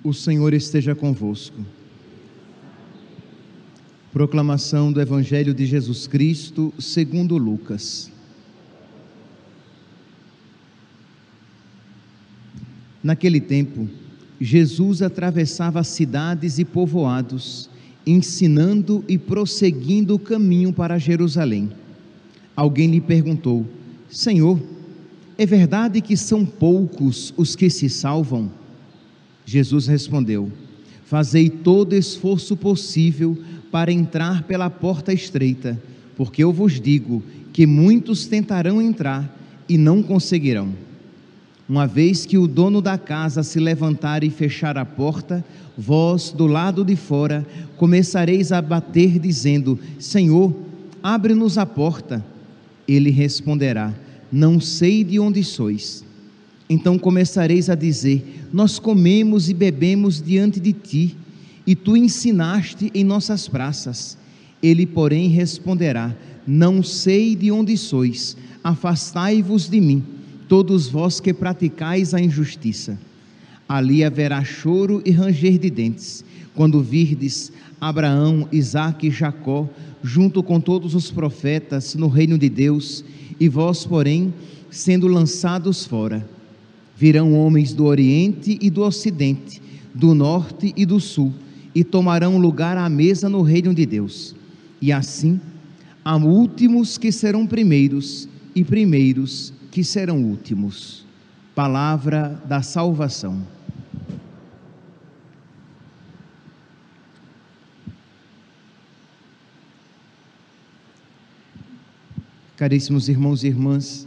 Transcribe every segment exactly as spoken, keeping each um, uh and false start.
O Senhor esteja convosco. Proclamação do Evangelho de Jesus Cristo segundo Lucas. Naquele tempo, Jesus atravessava cidades e povoados, ensinando e prosseguindo o caminho para Jerusalém. Alguém lhe perguntou: Senhor, é verdade que são poucos os que se salvam? Jesus respondeu: Fazei todo esforço possível para entrar pela porta estreita, porque eu vos digo que muitos tentarão entrar e não conseguirão. Uma vez que o dono da casa se levantar e fechar a porta, vós, do lado de fora, começareis a bater, dizendo: Senhor, abre-nos a porta. Ele responderá: Não sei de onde sois. Então começareis a dizer: Nós comemos e bebemos diante de ti, e tu ensinaste em nossas praças. Ele, porém, responderá: Não sei de onde sois, afastai-vos de mim, todos vós que praticais a injustiça. Ali haverá choro e ranger de dentes, quando virdes Abraão, Isaque e Jacó, junto com todos os profetas, no reino de Deus, e vós, porém, sendo lançados fora. Virão homens do Oriente e do Ocidente, do Norte e do Sul, e tomarão lugar à mesa no reino de Deus. E assim, há últimos que serão primeiros, e primeiros que serão últimos. Palavra da salvação. Caríssimos irmãos e irmãs,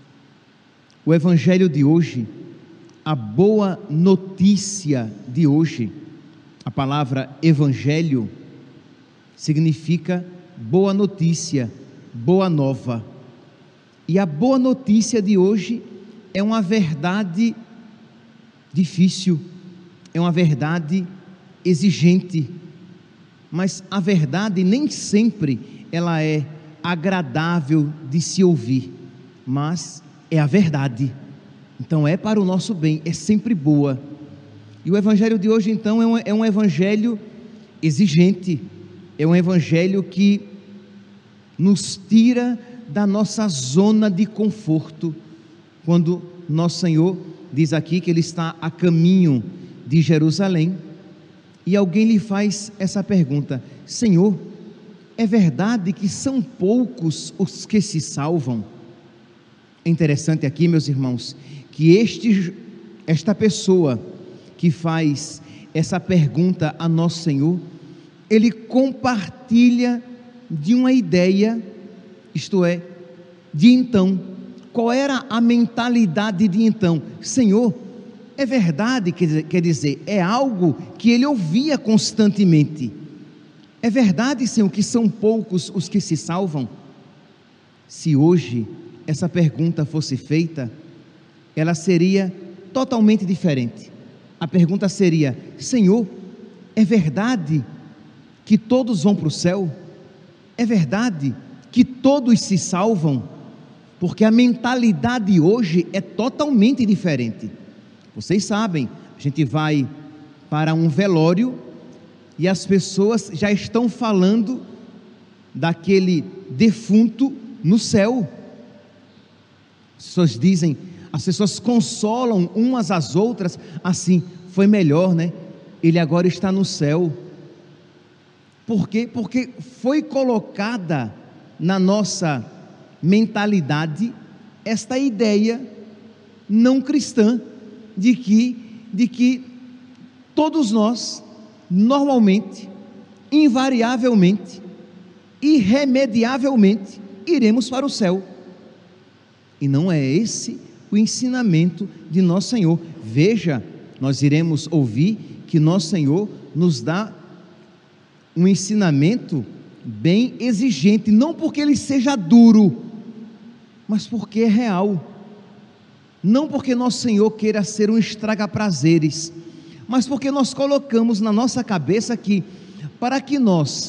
o Evangelho de hoje, a boa notícia de hoje, a palavra Evangelho significa boa notícia, boa nova. E a boa notícia de hoje é uma verdade difícil, é uma verdade exigente, mas a verdade nem sempre ela é agradável de se ouvir, mas é a verdade, então é para o nosso bem, é sempre boa. E o Evangelho de hoje então é um, é um Evangelho exigente, é um Evangelho que nos tira da nossa zona de conforto, quando nosso Senhor diz aqui que Ele está a caminho de Jerusalém, e alguém lhe faz essa pergunta: Senhor, é verdade que são poucos os que se salvam? É interessante aqui, meus irmãos, que este, esta pessoa que faz essa pergunta a nosso Senhor, ele compartilha de uma ideia, isto é, de então. Qual era a mentalidade de então? Senhor, é verdade, quer dizer, é algo que ele ouvia constantemente. É verdade, Senhor, que são poucos os que se salvam? Se hoje essa pergunta fosse feita, ela seria totalmente diferente. A pergunta seria: Senhor, é verdade que todos vão para o céu? É verdade que todos se salvam? Porque a mentalidade hoje é totalmente diferente. Vocês sabem, a gente vai para um velório e as pessoas já estão falando daquele defunto no céu. As pessoas dizem, as pessoas consolam umas às outras assim: foi melhor, né? Ele agora está no céu. Por quê? Porque foi colocada na nossa mentalidade esta ideia não cristã de que, de que todos nós, normalmente, invariavelmente, irremediavelmente, iremos para o céu. E não é esse o ensinamento de nosso Senhor. Veja, nós iremos ouvir que nosso Senhor nos dá um ensinamento bem exigente, não porque ele seja duro, mas porque é real. Não porque nosso Senhor queira ser um estraga-prazeres, mas porque nós colocamos na nossa cabeça que, para que nós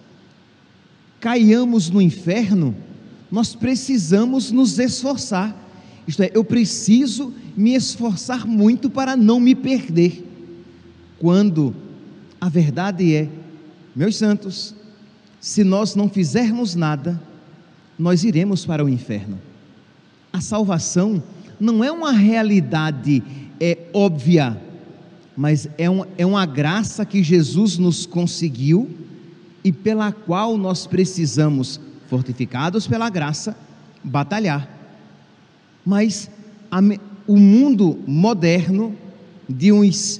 caiamos no inferno, nós precisamos nos esforçar. Isto é, eu preciso me esforçar muito para não me perder. quando a verdade é, meus santos, se nós não fizermos nada, nós iremos para o inferno. A salvação não é uma realidade é, óbvia, mas é, um, é uma graça que Jesus nos conseguiu e pela qual nós precisamos, fortificados pela graça, batalhar. Mas a, o mundo moderno, de uns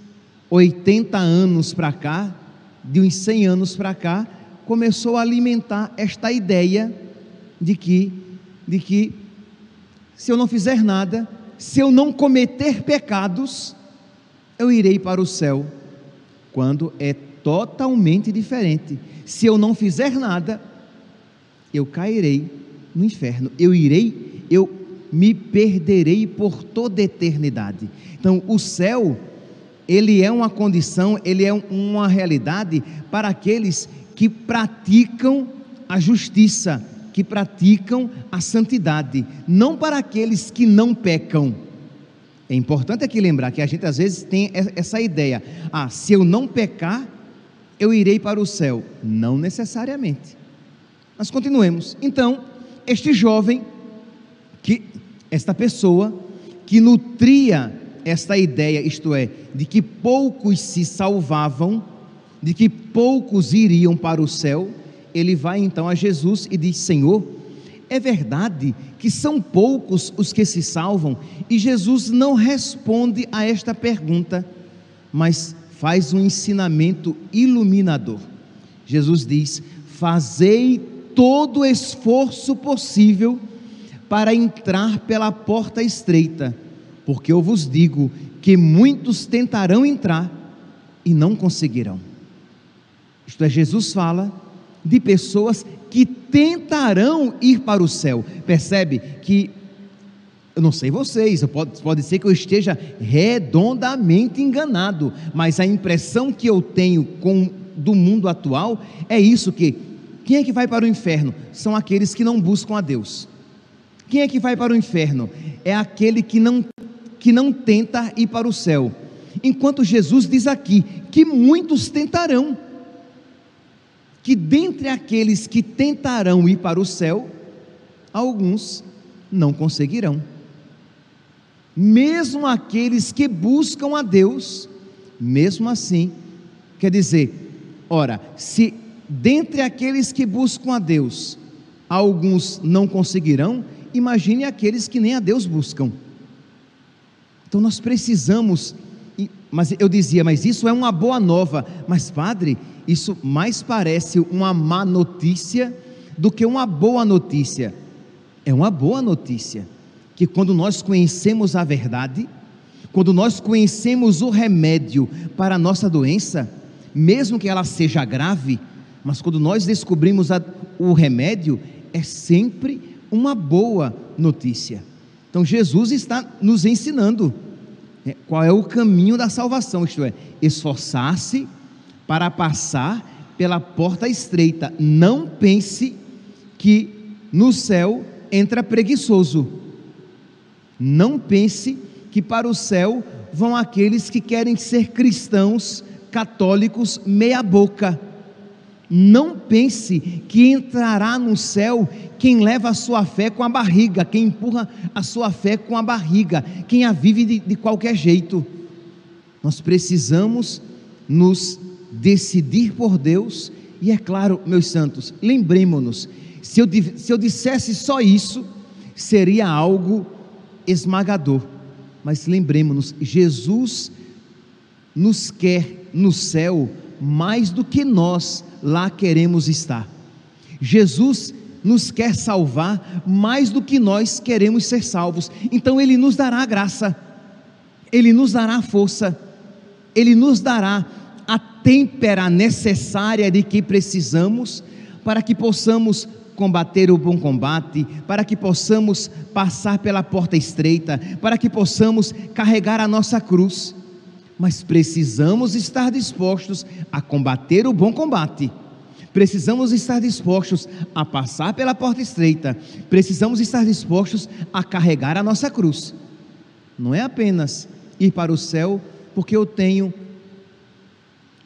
oitenta anos para cá, de uns cem anos para cá, começou a alimentar esta ideia de que, de que se eu não fizer nada, se eu não cometer pecados, eu irei para o céu, quando é totalmente diferente. Se eu não fizer nada, eu cairei no inferno, eu irei, eu me perderei por toda a eternidade. Então o céu, ele é uma condição, ele é uma realidade para aqueles que praticam a justiça, que praticam a santidade, não para aqueles que não pecam. É importante aqui lembrar que a gente às vezes tem essa ideia, ah, se eu não pecar, eu irei para o céu. Não necessariamente. Mas continuemos. Então, este jovem, que, esta pessoa, que nutria esta ideia, isto é, de que poucos se salvavam, de que poucos iriam para o céu, ele vai então a Jesus e diz: Senhor, é verdade que são poucos os que se salvam? E Jesus não responde a esta pergunta, mas faz um ensinamento iluminador. Jesus diz: fazei todo o esforço possível para entrar pela porta estreita, porque eu vos digo que muitos tentarão entrar e não conseguirão. Isto é, Jesus fala de pessoas que tentarão ir para o céu. Percebe que, eu não sei vocês, pode, pode ser que eu esteja redondamente enganado, mas a impressão que eu tenho com, do mundo atual é isso, que quem é que vai para o inferno? São aqueles que não buscam a Deus. Quem é que vai para o inferno? É aquele que não, que não tenta ir para o céu. Enquanto Jesus diz aqui que muitos tentarão, que dentre aqueles que tentarão ir para o céu, alguns não conseguirão. Mesmo aqueles que buscam a Deus, mesmo assim, quer dizer, ora, se dentre aqueles que buscam a Deus, alguns não conseguirão, imagine aqueles que nem a Deus buscam. Então nós precisamos, mas eu dizia, mas isso é uma boa nova, mas padre, isso mais parece uma má notícia do que uma boa notícia. É uma boa notícia, que quando nós conhecemos a verdade, quando nós conhecemos o remédio para a nossa doença, mesmo que ela seja grave, mas quando nós descobrimos a, o remédio, é sempre uma boa notícia. Então Jesus está nos ensinando é, qual é o caminho da salvação, isto é, esforçar-se para passar pela porta estreita. Não pense que no céu entra preguiçoso. Não pense que para o céu vão aqueles que querem ser cristãos católicos meia boca. Não pense que entrará no céu quem leva a sua fé com a barriga, quem empurra a sua fé com a barriga, quem a vive de, de qualquer jeito. Nós precisamos nos decidir por Deus, e é claro, meus santos, lembremos-nos, se eu, se eu dissesse só isso, seria algo esmagador, mas lembremos-nos, Jesus nos quer no céu mais do que nós lá queremos estar. Jesus nos quer salvar mais do que nós queremos ser salvos. Então Ele nos dará graça, Ele nos dará força, Ele nos dará a têmpera necessária de que precisamos para que possamos combater o bom combate, para que possamos passar pela porta estreita, para que possamos carregar a nossa cruz. Mas precisamos estar dispostos a combater o bom combate, precisamos estar dispostos a passar pela porta estreita, precisamos estar dispostos a carregar a nossa cruz. Não é apenas ir para o céu porque eu tenho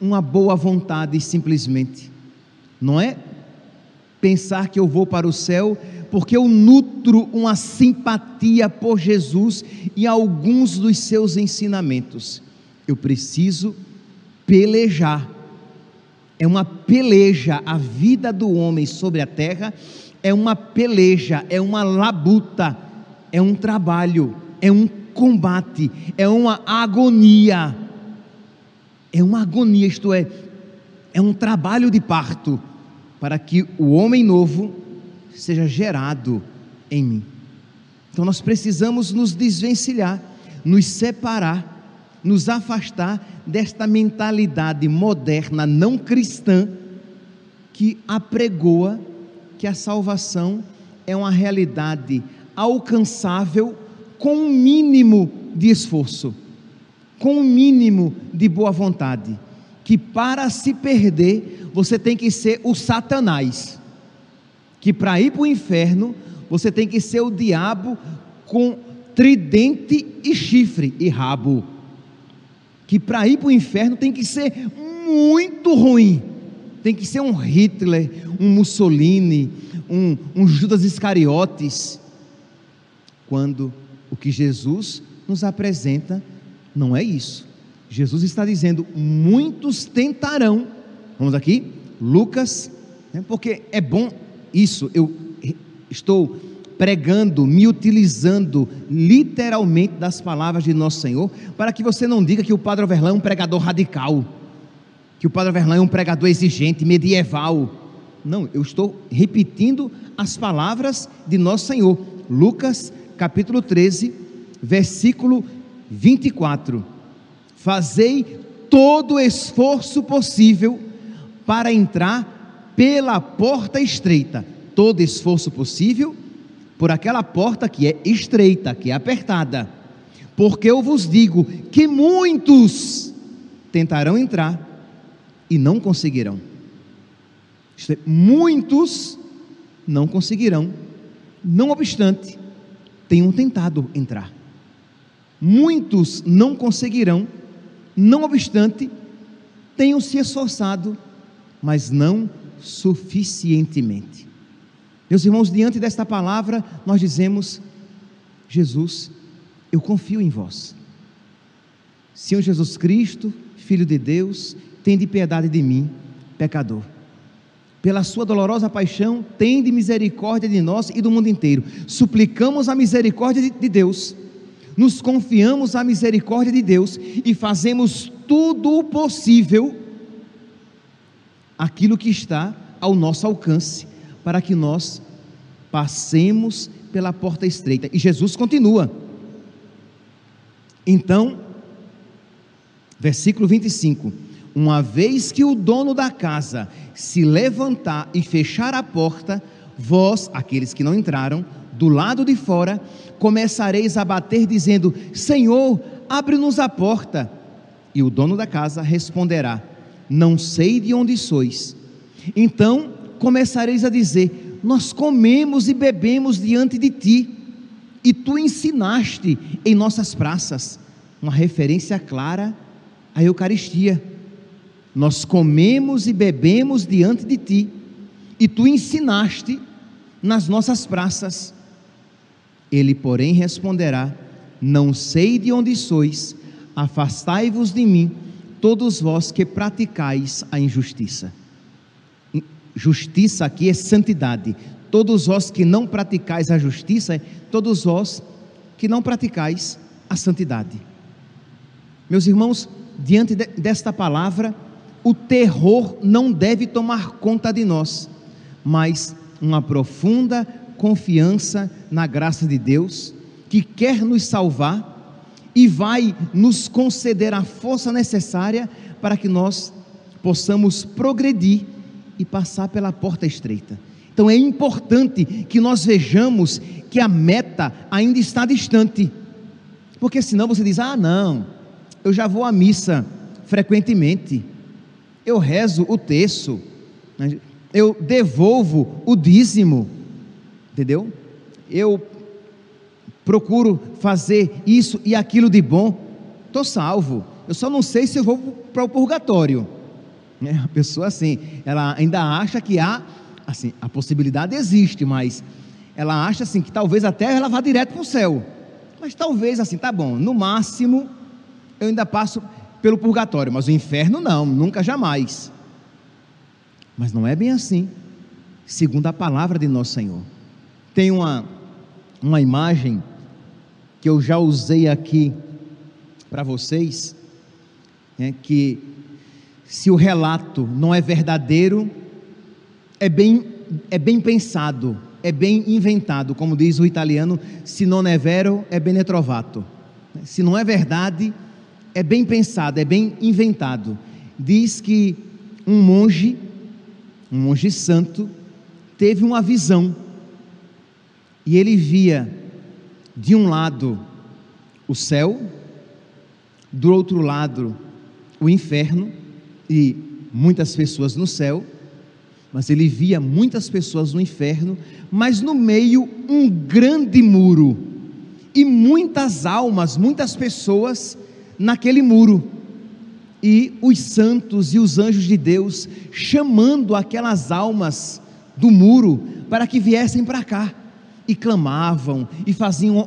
uma boa vontade simplesmente. Não é pensar que eu vou para o céu porque eu nutro uma simpatia por Jesus e alguns dos seus ensinamentos. Eu preciso pelejar. É uma peleja. A vida do homem sobre a terra é uma peleja, é uma labuta, é um trabalho, é um combate, é uma agonia. É uma agonia, isto é, é um trabalho de parto para que o homem novo seja gerado em mim. Então nós precisamos nos desvencilhar, nos separar, nos afastar desta mentalidade moderna, não cristã, que apregoa que a salvação é uma realidade alcançável com um mínimo de esforço, com um mínimo de boa vontade, que para se perder você tem que ser o Satanás, que para ir para o inferno você tem que ser o diabo com tridente e chifre e rabo, que para ir para o inferno tem que ser muito ruim, tem que ser um Hitler, um Mussolini, um, um Judas Iscariotes, quando o que Jesus nos apresenta não é isso. Jesus está dizendo: muitos tentarão. Vamos aqui, Lucas, né, porque é bom isso, eu estou pregando, me utilizando literalmente das palavras de nosso Senhor, para que você não diga que o Padre Overlan é um pregador radical, que o Padre Overlan é um pregador exigente, medieval. Não, eu estou repetindo as palavras de nosso Senhor. Lucas capítulo treze, versículo vinte e quatro: fazei todo o esforço possível para entrar pela porta estreita. Todo esforço possível por aquela porta que é estreita, que é apertada, porque eu vos digo que muitos tentarão entrar e não conseguirão. Isto é, muitos não conseguirão, não obstante, tenham tentado entrar. Muitos não conseguirão, não obstante, tenham se esforçado, mas não suficientemente. Meus irmãos, diante desta palavra, nós dizemos: Jesus, eu confio em vós. Senhor Jesus Cristo, Filho de Deus, tende piedade de mim, pecador. Pela sua dolorosa paixão, tende misericórdia de nós e do mundo inteiro. Suplicamos a misericórdia de, de Deus, nos confiamos à misericórdia de Deus e fazemos tudo o possível, aquilo que está ao nosso alcance, para que nós passemos pela porta estreita. E Jesus continua. Então, versículo vinte e cinco: uma vez que o dono da casa se levantar e fechar a porta, vós, aqueles que não entraram, do lado de fora, começareis a bater, dizendo: Senhor, abre-nos a porta. E o dono da casa responderá: não sei de onde sois. Então começareis a dizer: nós comemos e bebemos diante de ti, e tu ensinaste em nossas praças. Uma referência clara à Eucaristia. Nós comemos e bebemos diante de ti, e tu ensinaste nas nossas praças. Ele, porém, responderá: não sei de onde sois, afastai-vos de mim, todos vós que praticais a injustiça. Justiça aqui é santidade. Todos vós que não praticais a justiça, todos vós que não praticais a santidade. Meus irmãos, diante de, desta palavra, o terror não deve tomar conta de nós, mas uma profunda confiança na graça de Deus, que quer nos salvar e vai nos conceder a força necessária para que nós possamos progredir e passar pela porta estreita. Então é importante que nós vejamos que a meta ainda está distante, porque senão você diz: ah não, eu já vou à missa frequentemente, eu rezo o terço, eu devolvo o dízimo, entendeu? Eu procuro fazer isso e aquilo de bom, estou salvo, eu só não sei se eu vou para o purgatório. né? A pessoa assim, ela ainda acha que há, assim, a possibilidade existe, mas ela acha assim que talvez até ela vá direto para o céu, mas talvez assim, tá bom, no máximo eu ainda passo pelo purgatório, mas o inferno não, nunca, jamais. Mas não é bem assim, segundo a palavra de nosso Senhor. Tem uma, uma imagem que eu já usei aqui para vocês, né, que se o relato não é verdadeiro, é bem, é bem pensado, é bem inventado, como diz o italiano, se non è vero, è bene trovato. Se não é verdade, é bem pensado, é bem inventado. Diz que um monge, um monge santo, teve uma visão, e ele via de um lado o céu, do outro lado o inferno, e muitas pessoas no céu, mas ele via muitas pessoas no inferno, mas no meio um grande muro, e muitas almas, muitas pessoas naquele muro, e os santos e os anjos de Deus chamando aquelas almas do muro para que viessem para cá, e clamavam, e faziam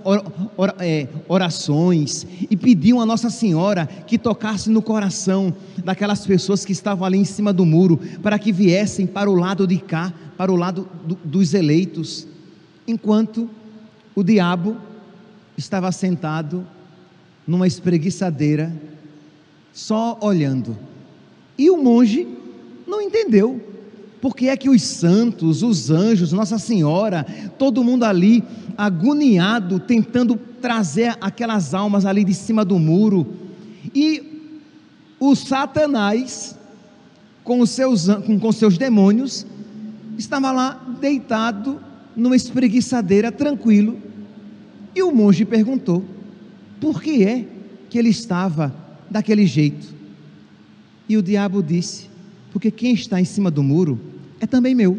orações, e pediam a Nossa Senhora que tocasse no coração daquelas pessoas que estavam ali em cima do muro, para que viessem para o lado de cá, para o lado do, dos eleitos, enquanto o diabo estava sentado numa espreguiçadeira, só olhando. E o monge não entendeu, porque é que os santos, os anjos, Nossa Senhora, todo mundo ali agoniado, tentando trazer aquelas almas ali de cima do muro, e o Satanás com os seus, com, com seus demônios estava lá deitado numa espreguiçadeira, tranquilo. E o monge perguntou: por que é que ele estava daquele jeito? E o diabo disse: porque quem está em cima do muro é também meu.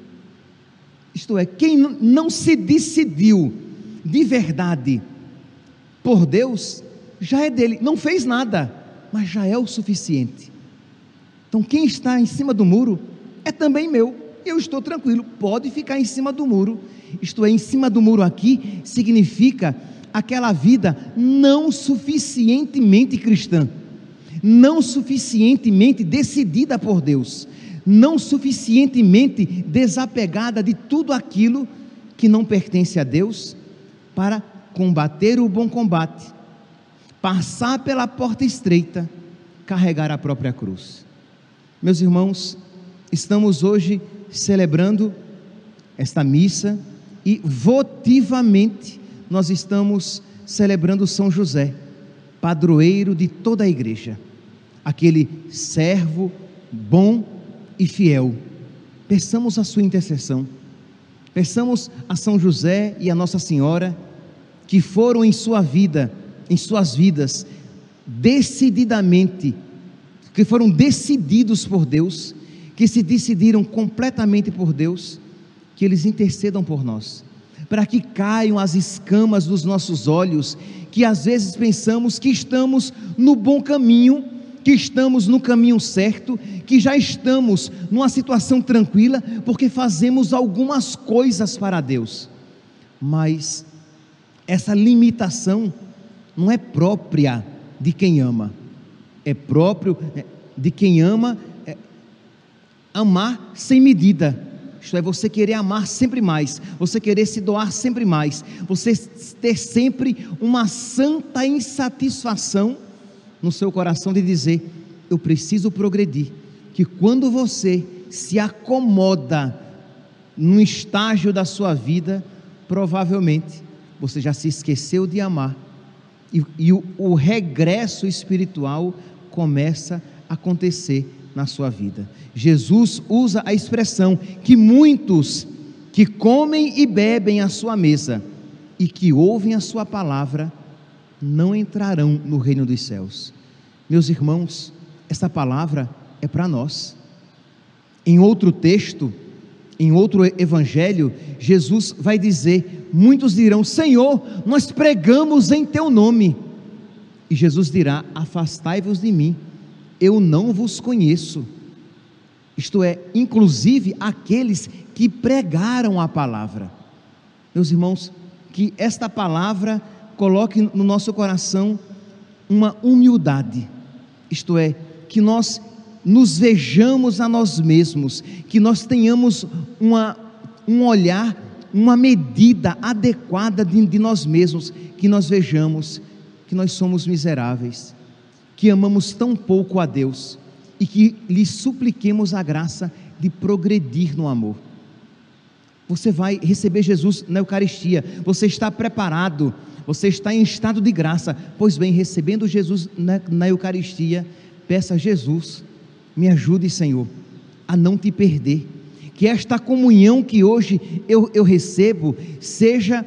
Isto é, quem não se decidiu de verdade por Deus, já é dele, não fez nada, mas já é o suficiente. Então quem está em cima do muro é também meu, eu estou tranquilo, pode ficar em cima do muro. Isto é, em cima do muro aqui significa aquela vida não suficientemente cristã, não suficientemente decidida por Deus, não suficientemente desapegada de tudo aquilo que não pertence a Deus, para combater o bom combate, passar pela porta estreita, carregar a própria cruz. Meus irmãos, estamos hoje celebrando esta missa, e votivamente nós estamos celebrando São José, padroeiro de toda a igreja, aquele servo bom e fiel. Peçamos a sua intercessão, peçamos a São José e a Nossa Senhora, que foram em sua vida, em suas vidas, decididamente, que foram decididos por Deus, que se decidiram completamente por Deus, que eles intercedam por nós, para que caiam as escamas dos nossos olhos, que às vezes pensamos que estamos no bom caminho, que estamos no caminho certo, que já estamos numa situação tranquila, porque fazemos algumas coisas para Deus, mas essa limitação não é própria de quem ama, é próprio de quem ama é, amar sem medida. Isto é, você querer amar sempre mais, você querer se doar sempre mais, você ter sempre uma santa insatisfação no seu coração de dizer: eu preciso progredir. Que quando você se acomoda num estágio da sua vida, provavelmente você já se esqueceu de amar, e, e o, o regresso espiritual começa a acontecer na sua vida. Jesus usa a expressão que muitos que comem e bebem à sua mesa e que ouvem a sua palavra não entrarão no reino dos céus. Meus irmãos, essa palavra é para nós. Em outro texto, em outro evangelho, Jesus vai dizer: muitos dirão: Senhor, nós pregamos em teu nome. E Jesus dirá: afastai-vos de mim, eu não vos conheço. isto é, inclusive aqueles que pregaram a palavra. Meus irmãos, que esta palavra coloque no nosso coração uma humildade, isto é, que nós nos vejamos a nós mesmos, que nós tenhamos uma, um olhar, uma medida adequada de, de nós mesmos, que nós vejamos que nós somos miseráveis, que amamos tão pouco a Deus e que lhe supliquemos a graça de progredir no amor. Você vai receber Jesus na Eucaristia, você está preparado, você está em estado de graça. Pois bem, recebendo Jesus na, na Eucaristia, peça a Jesus: me ajude, Senhor, a não te perder, que esta comunhão que hoje eu, eu recebo seja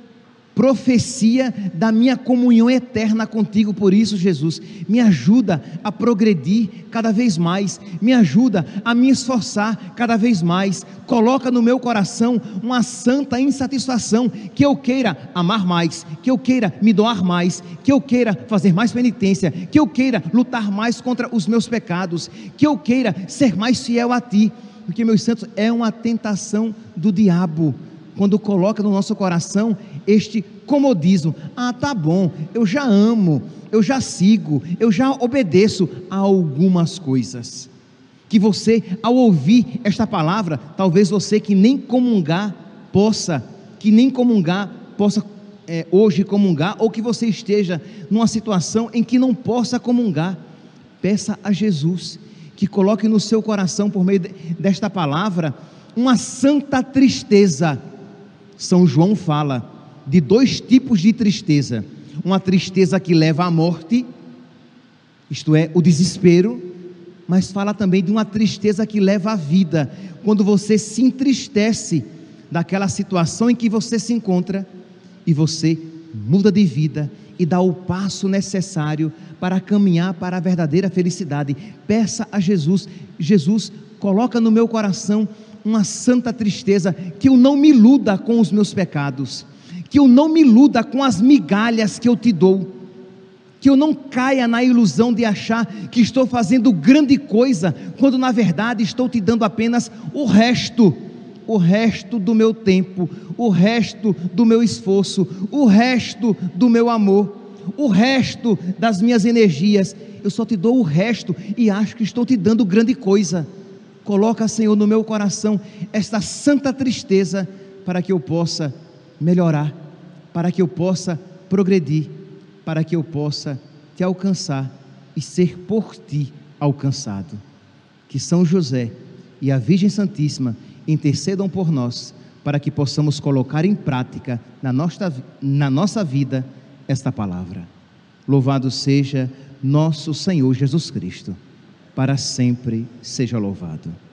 profecia da minha comunhão eterna contigo. Por isso, Jesus, me ajuda a progredir cada vez mais, me ajuda a me esforçar cada vez mais. Coloca no meu coração uma santa insatisfação, que eu queira amar mais, que eu queira me doar mais, que eu queira fazer mais penitência, que eu queira lutar mais contra os meus pecados, que eu queira ser mais fiel a ti, porque, meus santos, é uma tentação do diabo, quando coloca no nosso coração este comodismo: ah, tá bom, eu já amo, eu já sigo, eu já obedeço a algumas coisas. Que você, ao ouvir esta palavra, talvez você que nem comungar possa, que nem comungar possa é, hoje comungar, ou que você esteja numa situação em que não possa comungar, peça a Jesus que coloque no seu coração, por meio de, desta palavra, uma santa tristeza. São João fala de dois tipos de tristeza: uma tristeza que leva à morte, isto é, o desespero, mas fala também de uma tristeza que leva à vida, quando você se entristece daquela situação em que você se encontra, e você muda de vida e dá o passo necessário para caminhar para a verdadeira felicidade. Peça a Jesus: Jesus, coloca no meu coração uma santa tristeza, que eu não me iluda com os meus pecados, que eu não me iluda com as migalhas que eu te dou, que eu não caia na ilusão de achar que estou fazendo grande coisa, quando na verdade estou te dando apenas o resto, o resto do meu tempo, o resto do meu esforço, o resto do meu amor, o resto das minhas energias. Eu só te dou o resto e acho que estou te dando grande coisa. Coloca, Senhor, no meu coração esta santa tristeza, para que eu possa melhorar, para que eu possa progredir, para que eu possa te alcançar e ser por ti alcançado. Que São José e a Virgem Santíssima intercedam por nós, para que possamos colocar em prática na nossa, na nossa vida esta palavra. Louvado seja nosso Senhor Jesus Cristo, para sempre seja louvado.